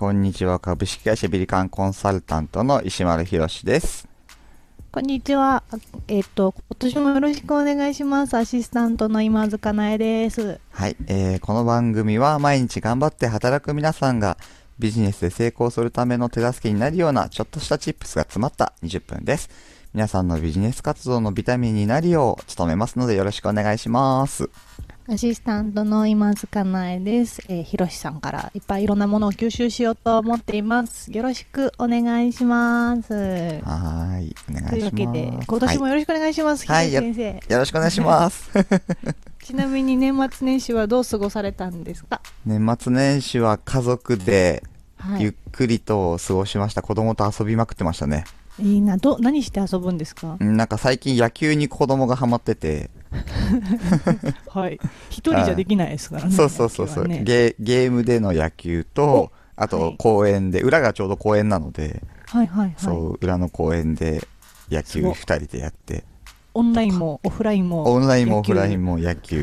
こんにちは。株式会社ビリカンコンサルタントの石丸博です。 こんにちは。今年もよろしくお願いします。アシスタントの今塚なえです。 はい、この番組は毎日頑張って働く皆さんがビジネスで成功するための手助けになるようなちょっとしたチップスが詰まった20分です。皆さんのビジネス活動のビタミンになるよう努めますのでよろしくお願いします。 アシスタントの今塚なえです。ひろしさんからいっぱいいろんなものを吸収しようと思っています。よろしくお願いします。 はい、お願いします。 というわけで、今年もよろしくお願いします。 はい、 ひろし先生。 よろしくお願いします。 ちなみに年末年始はどう過ごされたんですか？ 年末年始は家族ではい。 ゆっくりと過ごしました。子供と遊びまくってましたね。 いいな。何して遊ぶんですか？ なんか最近野球に子供がハマってて、 はい。一人じゃできないですからね。 そうそうそうそう、 野球はね。 ゲームでの野球と、あとはい公園で、裏がちょうど公園なので、 はいはいはい。 そう裏の公園で野球すごい 2人でやって、 オンラインもオフラインもオンラインもオフラインもも野球。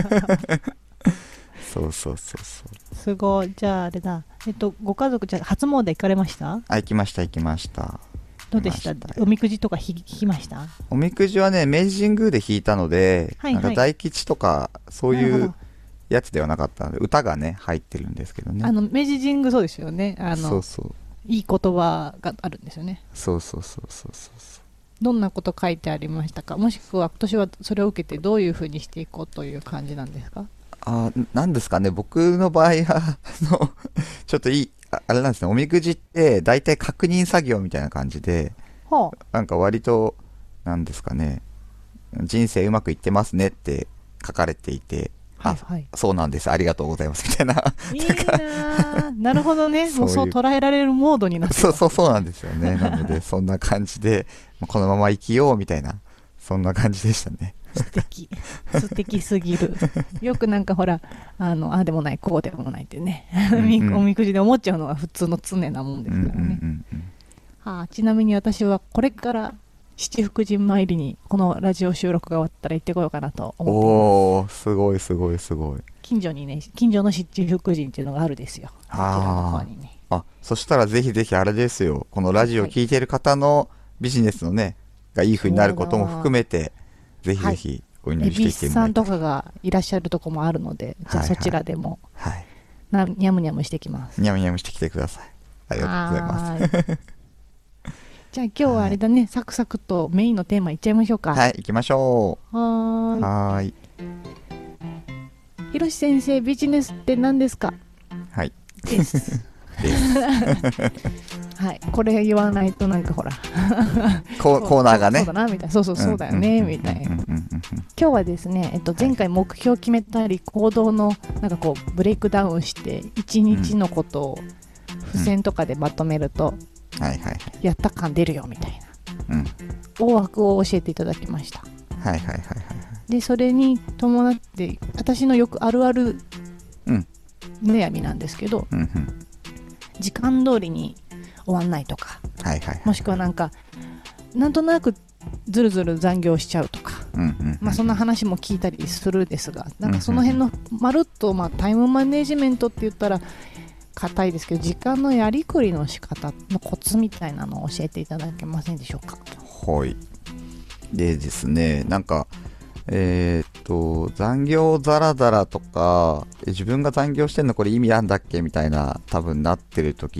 そうそうそうそう。 すごい。じゃああれだ、ご家族じゃ初詣行かれました？ あ、行きました行きました。 どうでした？ 行きました。 おみくじとか引きました？ おみくじはね、明治神宮で引いたので、 はいはい。 なんか大吉とかそういうなるほど。 やつではなかったので、歌がね入ってるんですけどね。 明治神宮そうですよね。 そうそういい言葉があるんですよね。 そうそうそうそうそうそう。 どんなこと書いてありましたか？もしくは今年はそれを受けてどういうふうにしていこうという感じなんですか？ なんですかね、僕の場合は、ちょっとあれなんですね、おみくじって大体確認作業みたいな感じで、 ほう。 なんか割と、なんですかね、人生うまくいってますねって書かれていて、 はいはい。 そうなんです、ありがとうございますみたいな、 いいなぁ。なるほどね。もうそうそういう、 捉えられるモードになってるわけそうなんですよね。なので、そんな感じで、このまま生きようみたいな、そんな感じでしたね。 素敵。素敵すぎる。よくなんかほら、あでもない、こうでもないってね、 うんうおん。 みくじで思っちゃうのが普通の常なもんでうんうんうすからね。 んうん。 はあ、ちなみに私はこれから七福神参りに、このラジオ収録が終わったら行ってこようかなと思っています。 おー、すごいすごいすごい。 近所にね、近所の七福神っていうのがあるですよ。こちらの方にね。 そしたらぜひぜひあれですよ。このラジオはいはい。 聞いてる方のビジネスのね、がいい風になるそうことも含だ。 めて、ぜひはい。 ぜひお祈恵比寿りしていってもらいたい。 さんとかがいらっしゃるとこもあるので、じゃあそちはいはい。 らでもはい。 にゃむにゃむしてきます。 にゃむにゃむしてきてください。ありがとうございます。 はーい。じゃあ今日はあはい。 れだね、サクサクとメインのテーマいっちゃいましょうか。 はい、行きましょはう。 ーい。 はーい。 ひろし先生、ビジネスって何ですか？ はい。 です。 です。 はい。これ言わないとなんかほら、 コーナーがね。 そうだな、みたいな。そうそう、そうだよね、みたいな。今日はですね、前回目標を決めたり、行動のなんかこう、ブレイクダウンして、一日のことを付箋とかでまとめると、 はいはいはい。 やった感出るよ、みたいな。 うん。 大枠を教えていただきました。 はいはいはいはい。 で、それに伴って、私のよくあるあるうん。 悩みなんですけど、 うんうん。 時間通りに終わんないとか、 はいはいはい。 もしくはなんか、なんとなくずるずる残業しちゃうとか、 うんうんうん。 そんな話も聞いたりするですが、なんかそうんうんうん。 の辺のまるっと、タイムマネジメントって言ったら硬いですけど、時間のやりくりの仕方のコツみたいなのを教えていただけませんでしょうか？ はい。でですね、なんか、残業ザラザラとか、自分が残業してんのこれ意味なんだっけみたいな多分なってる時って、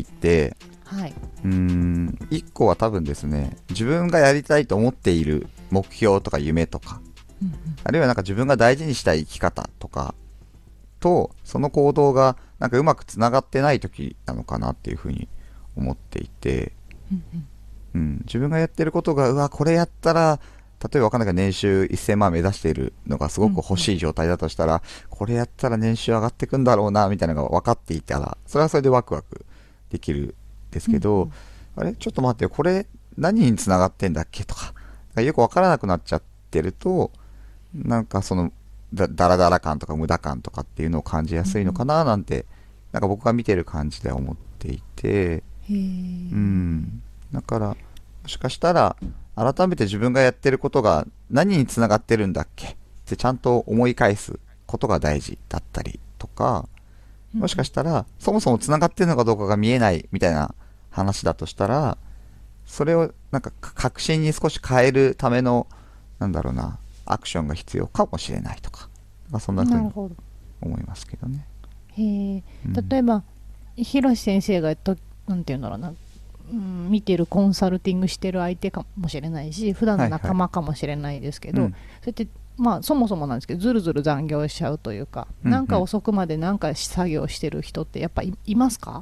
はい。 一個は多分ですね、自分がやりたいと思っている目標とか夢とか、 うんあるいはなんか自分が大事にしたい生き方とかと、その行動がなんかうまくつながってない時なのかなっていうふうに思っていて、 うん自分がやってることが、うわ、これやったら、例えばわかんないけど年収1000万目指しているのがすごく欲しい状態だとしたら、これやったら年収上がってくんだろうな、みたいなのが分かっていたら、それはそれでワクワクできるんですうんけど、あれちょっと待ってよ、これ何につながってんだっけとか、よく分からなくなっちゃってると、なんかその、ダラダラ感とか無駄感とかっていうのを感じやすいのかな、なんて、なんか僕が見てる感じでは思っていて、 へー。 だから、もしかしたら、改めて自分がやってることが何につながってるんだっけってちゃんと思い返すことが大事だったりとか、 もしかしたらそもそもつながってるのかどうかが見えないみたいな話だとしたら、それをなんか確信に少し変えるためのなんだろうなアクションが必要かもしれないとか、そんな風に思いますけどね。 へえ、例えばひろし先生がなんていうんだろうな、見てるコンサルティングしてる相手かもしれないし、普段の仲間かもしれないですけど、それってまあそもそもなんですけどずるずる残業しちゃうというか、なんか遅くまでなんか作業してる人ってやっぱ いますか？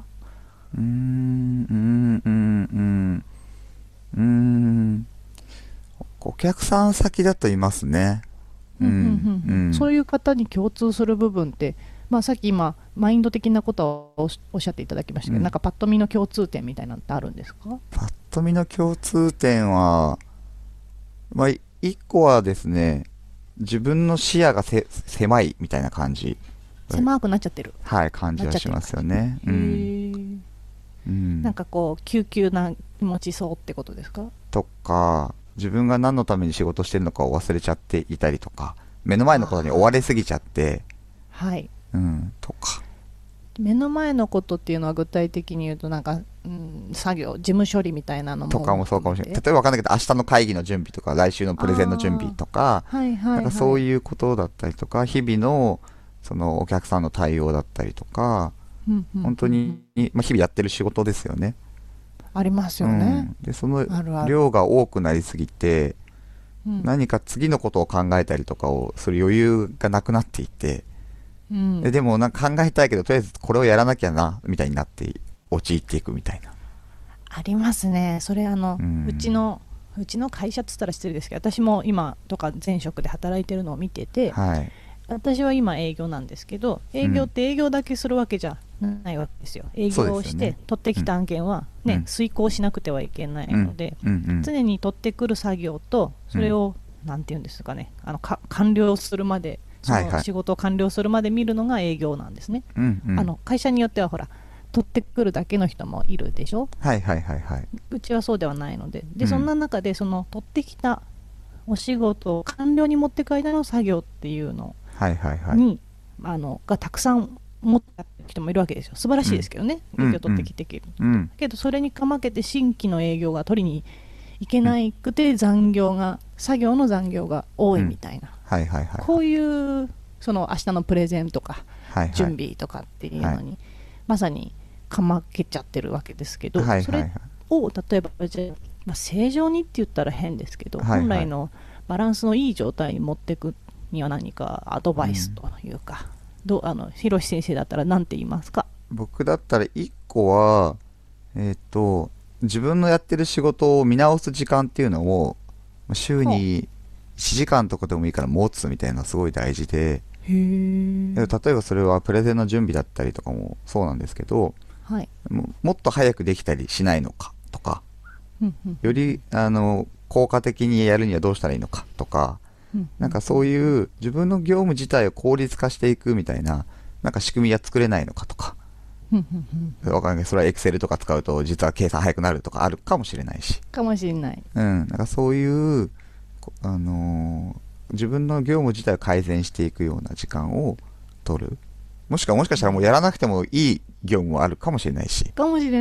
お客さん先だといますね。 そういう方に共通する部分って、まあ、さっき今マインド的なことをおっしゃっていただきましたけど、なんかパッと見の共通点みたいなのってあるんですか？ パッと見の共通点は、まあ、一個はですね、自分の視野が狭いみたいな感じ。 狭くなっちゃってる。 はい、感じはしますよね。 なんかこう急々な気持ちそうってことですか？ とか、自分が何のために仕事してるのかを忘れちゃっていたりとか、目の前のことに追われすぎちゃって、 はい、 とか。 目の前のことっていうのは具体的に言うとなんか、作業、事務処理みたいなのもとかもそうかもしれない。例えば分かんないけど、明日の会議の準備とか、来週のプレゼンの準備とか、なんかそういうことだったりとか、日々のそのお客さんの対応だったりとか、本当に、まあ、日々やってる仕事ですよね。 ありますよね。 でその量が多くなりすぎて、何か次のことを考えたりとかをする余裕がなくなっていて、でもなんか考えたいけどとりあえずこれをやらなきゃなみたいになって陥っていくみたいな。 ありますね。それうちの会社っつったら失礼ですけど、私も今とか前職で働いてるのを見てて、私は今営業なんですけど、営業って営業だけするわけじゃないわけですよ。営業をして取ってきた案件は遂行しなくてはいけないので、常に取ってくる作業とそれをなんていうんですかね、完了するまで、その仕事を完了するまで見るのが営業なんですね。会社によってはほら取ってくるだけの人もいるでしょ。うちはそうではないので、そんな中でその取ってきたお仕事を完了に持っていく間の作業っていうのにがたくさん持ってる人もいるわけですよ。素晴らしいですけどね、営業取ってきてけど、それにかまけて新規の営業が取りにいけなくて、作業の残業が多いみたいな、こういうその明日のプレゼンとか準備とかっていうのにまさにかまけちゃってるわけですけど、それを例えばじゃあ、正常にって言ったら変ですけど、本来のバランスのいい状態に持っていくには何かアドバイスというか、ひろし先生だったら何て言いますか？ 僕だったら1個は自分のやってる仕事を見直す時間っていうのを週に1時間とかでもいいから持つみたいなのがすごい大事で、例えばそれはプレゼンの準備だったりとかもそうなんですけど、もっと早くできたりしないのかとか、より効果的にやるにはどうしたらいいのかとか、なんかそういう自分の業務自体を効率化していくみたいな、なんか仕組みは作れないのかとか、わかんない。それはエクセルとか使うと実は計算早くなるとかあるかもしれないし、なんかそういう自分の業務自体を改善していくような時間を取る。もしかしたらもうやらなくてもいい業務もあるかもしれないし。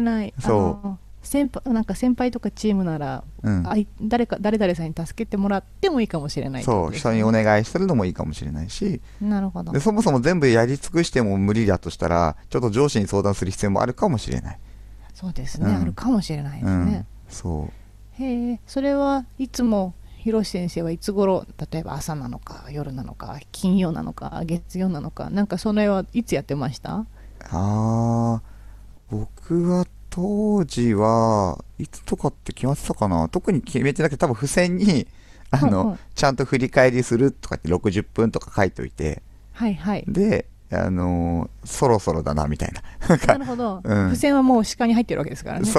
なんか先輩とかチームなら、誰々さんに助けてもらってもいいかもしれない、 そう、人にお願いするのもいいかもしれないし、 なるほど。 でそもそも全部やり尽くしても無理だとしたら、ちょっと上司に相談する必要もあるかもしれない。 そうですね、あるかもしれないですね。へえ、それはいつもひろし先生はいつ頃、例えば朝なのか夜なのか金曜なのか月曜なのか、なんかそれはいつやってました？ 僕は当時はいつとかって決まってたかな。特に決めてなくて、多分付箋にちゃんと振り返りするとかって60分とか書いておいて、でそろそろだなみたいな。 なるほど、付箋はもう視界に入ってるわけですからね。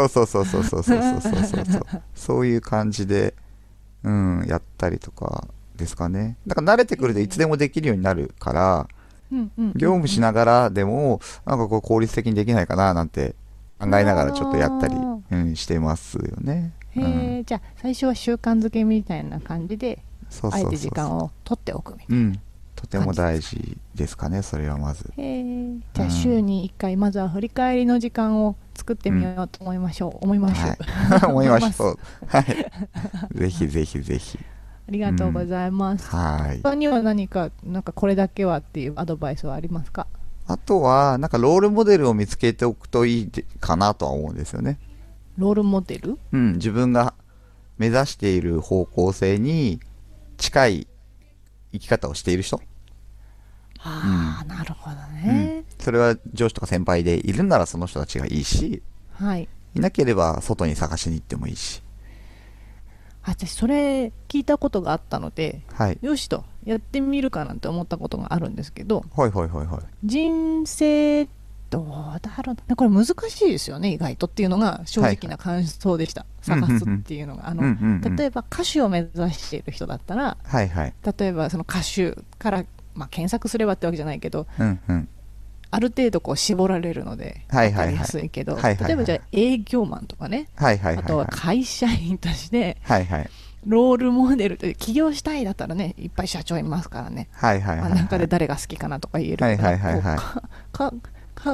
そういう感じで、やったりとかですかね。だから慣れてくるといつでもできるようになるから、業務しながらでもなんかこう効率的にできないかななんて考えながらちょっとやったり、してますよね。 じゃあ最初は習慣づけみたいな感じであえて時間を取っておくみたいな。 とても大事ですかね、それはまず。 じゃあ週に1回まずは振り返りの時間を作ってみようと思いましょう、思いましょう、 はい、思いましょうはいぜひぜひぜひありがとうございます、 はい。 他には何かこれだけはっていうアドバイスはありますか？ あとはなんかロールモデルを見つけておくといいかなとは思うんですよね。 ロールモデル、 自分が目指している方向性に近い生き方をしている人、 なるほどね、 それは上司とか先輩でいるならその人たちがいいし、 はい、 いなければ外に探しに行ってもいいし。 私それ聞いたことがあったので、 はい、 よしとやってみるかなんて思ったことがあるんですけど、 はいはいはいはい。 人生どうだろうな、これ難しいですよね意外とっていうのが正直な感想でした、探すっていうのが例えば歌手を目指している人だったら、 はいはい、 例えばその歌手から、検索すればってわけじゃないけど、 うんうん、 ある程度こう絞られるので分かりやすいけど、例えばじゃあ営業マンとかね、 はいはいはいはい、 あとは会社員としてはいはい、 ロールモデルで起業したいだったらね、いっぱい社長いますからね、 はいはいはいはい、 中で誰が好きかなとか言えるから、 はいはいはいはい、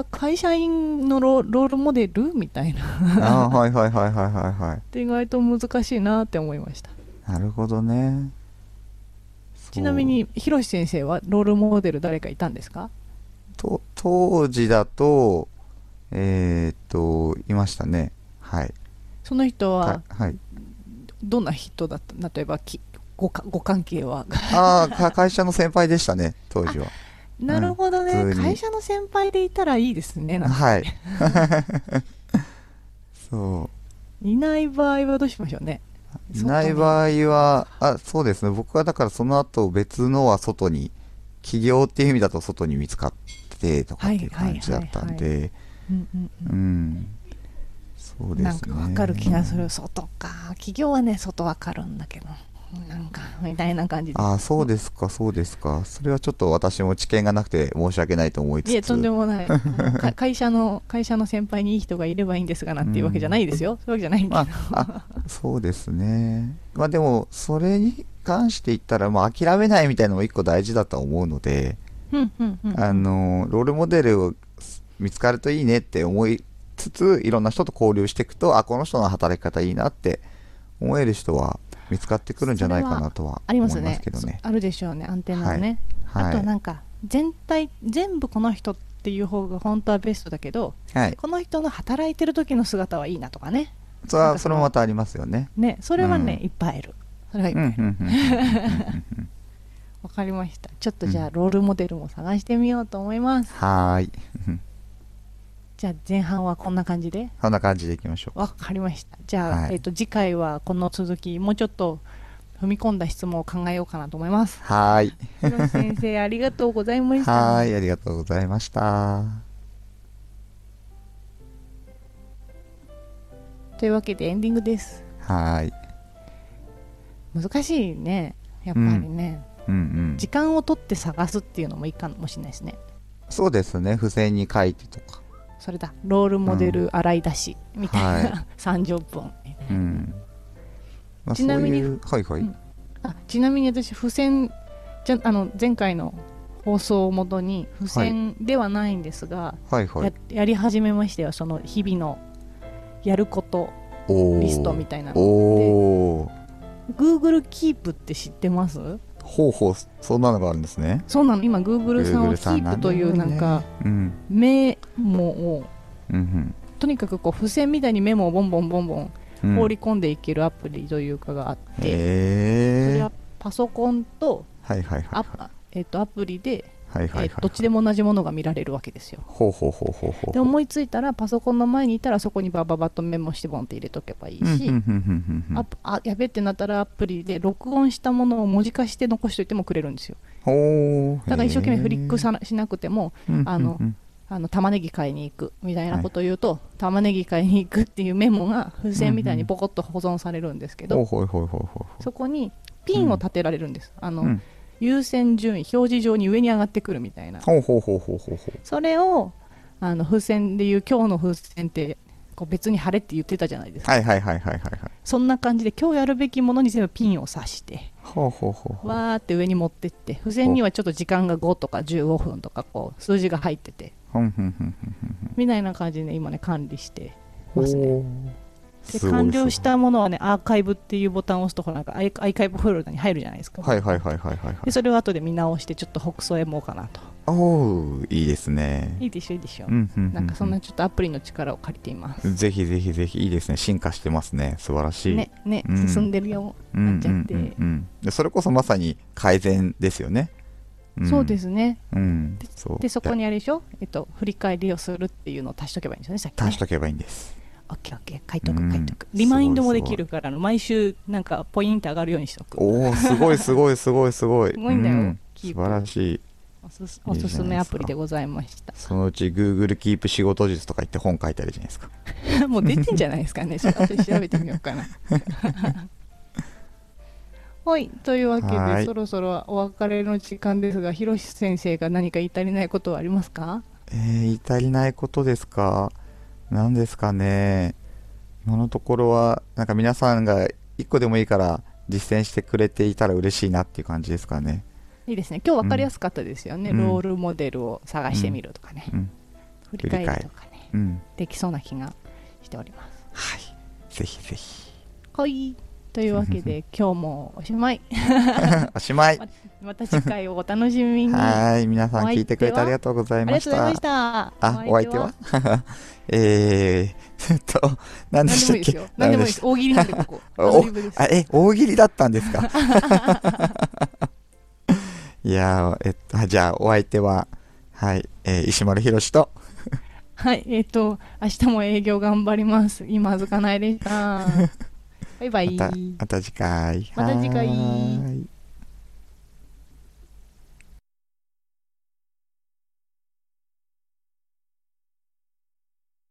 会社員のロールモデルみたいなはいはいはいはいはいはい。 意外と難しいなって思いました。 なるほどね。 ちなみにひろし先生はロールモデル誰かいたんですか？ 当時だといましたね。はい。 その人は、 はい、 どんな人だった？例えばご関係は会社の先輩でしたね当時は。 なるほどね、会社の先輩でいたらいいですね。なんてはいそういない場合はどうしましょうね。 いない場合は、そうですね、僕はだからその後別のは外に、起業っていう意味だと外に見つかってとかっていう感じだったんで、そうですね。 なんか分かる気がする。外か、起業はね外分かるんだけど、なんかみたいな感じで。 そうですかそうですか。それはちょっと私も知見がなくて申し訳ないと思いつつ。 いやとんでもない会社の先輩にいい人がいればいいんですがなっていうわけじゃないですよ、そういうわけじゃないんだけど、 そうですね。でもそれに関して言ったら諦めないみたいなのも一個大事だと思うので、ロールモデルを見つかるといいねって思いつつ、いろんな人と交流していくと、この人の働き方いいなって思える人は見つかってくるんじゃないかなとは思いますけどね。 あるでしょうね、アンテナのね、あとはなんか全部この人っていう方が本当はベストだけど、この人の働いてる時の姿はいいなとかね、それもまたありますよね。 それはね、いっぱいいる。それはいっぱいいる。わかりました。ちょっとじゃあロールモデルも探してみようと思います。 はい。 じゃあ前半はこんな感じで。 こんな感じでいきましょう。 わかりました。じゃあ、次回はこの続き、もうちょっと踏み込んだ質問を考えようかなと思います。 はい。 ひろし先生ありがとうございました。 はい、ありがとうございました。 というわけでエンディングです。 はい。 難しいね、やっぱりね。時間を取って探すっていうのもいいかもしれないですね。 そうですね、付箋に書いてとか。 それだ、ロールモデル洗い出しみたいな、30分。ちなみに、ちなみに私付箋前回の放送をもとに付箋ではないんですが、やり始めましたよ。その日々のやることリストみたいなので。Google Keep って知ってます？ ほうほう、そんなのがあるんですね。 そうなの、今 Google さんは Keep というなんかメモを、とにかくこう付箋みたいにメモをボンボンボンボン放り込んでいけるアプリというかがあって、それはパソコンとアプリでどっちでも同じものが見られるわけですよ。で思いついたらパソコンの前にいたらそこにバババッとメモしてボンって入れとけばいいし、やべってなったらアプリで録音したものを文字化して残しておいてもくれるんですよ。だから一生懸命フリックしなくても玉ねぎ買いに行くみたいなことを言うと、玉ねぎ買いに行くっていうメモが付箋みたいにポコッと保存されるんですけど、そこにピンを立てられるんです。優先順位表示上に上に上がってくるみたいな。それを付箋でいう今日の付箋ってこう別に貼れって言ってたじゃないですか。 はいはいはいはいはいはい。 そんな感じで今日やるべきものに全部ピンを刺してほうほうほうほう。 わーって上に持ってって、付箋にはちょっと時間が5とか15分とかこう数字が入っててふんふんふんふんみたいな感じで今ね管理してふん。 ますね。 ほう。 ですごい完了したものはねアーカイブっていうボタンを押すとほらなんかアーカイブフォルダに入るじゃないですか。 はいはいはいはいはいはい。 でそれを後で見直してちょっと北総へもうかなと。 おー、いいですね。 いいでしょいいでしょ、 うんうんうんうん。 なんかそんなちょっとアプリの力を借りています。 ぜひぜひぜひ、いいですね。進化してますね。素晴らしい。 ねね、 うん進んでるようんうんなっちゃって、 うんでそれこそまさに改善ですよね。 そうですね。 うん。そうでそこにあれでしょ、振り返りをするっていうのを足しとけばいいんですよね、さっきね。 足しとけばいいんです。 オッケーオッケー、書いとくうん書いとく。リマインドもできるから毎週なんかポイント上がるようにしとく。 おお、すごいすごいすごいすごい。 すごいんだようん素キープ晴らしい。 おすすめアプリでございました。 そのうち Google キープ仕事術とか言って本書いてあるじゃないですか。 もう出てんじゃないですかね。ちょっと調べてみようかな。はい、というわけはいでそろそろお別れの時間ですが、ひろし先生が何か言い足りないことはありますか？ 言い足りないことですか？何ですかね。今のところはなんか皆さんが一個でもいいから実践してくれていたら嬉しいなっていう感じですかね。 いいですね。今日分かりやすかったですよね。 うんロールモデルを探してみるとかね、 うん振り返るとかね、 うんできそうな気がしております。 はいぜひぜひ。 はい、というわけで今日もおしまい。 おしまい。 また次回をお楽しみに。 はい皆さん聞いてくれてありがとうございありました。 がとうございました。 お相手は何でしたっけ？ 何でもいいですよ。大喜利なんでここ。アおドリブです。 大喜利だったんですか？いやー、じゃあお相手は、はい、石丸ひろしと、 はい、明日も営業頑張ります。今ずかないでした。バイバイ。 また次回。 また次回。 はーい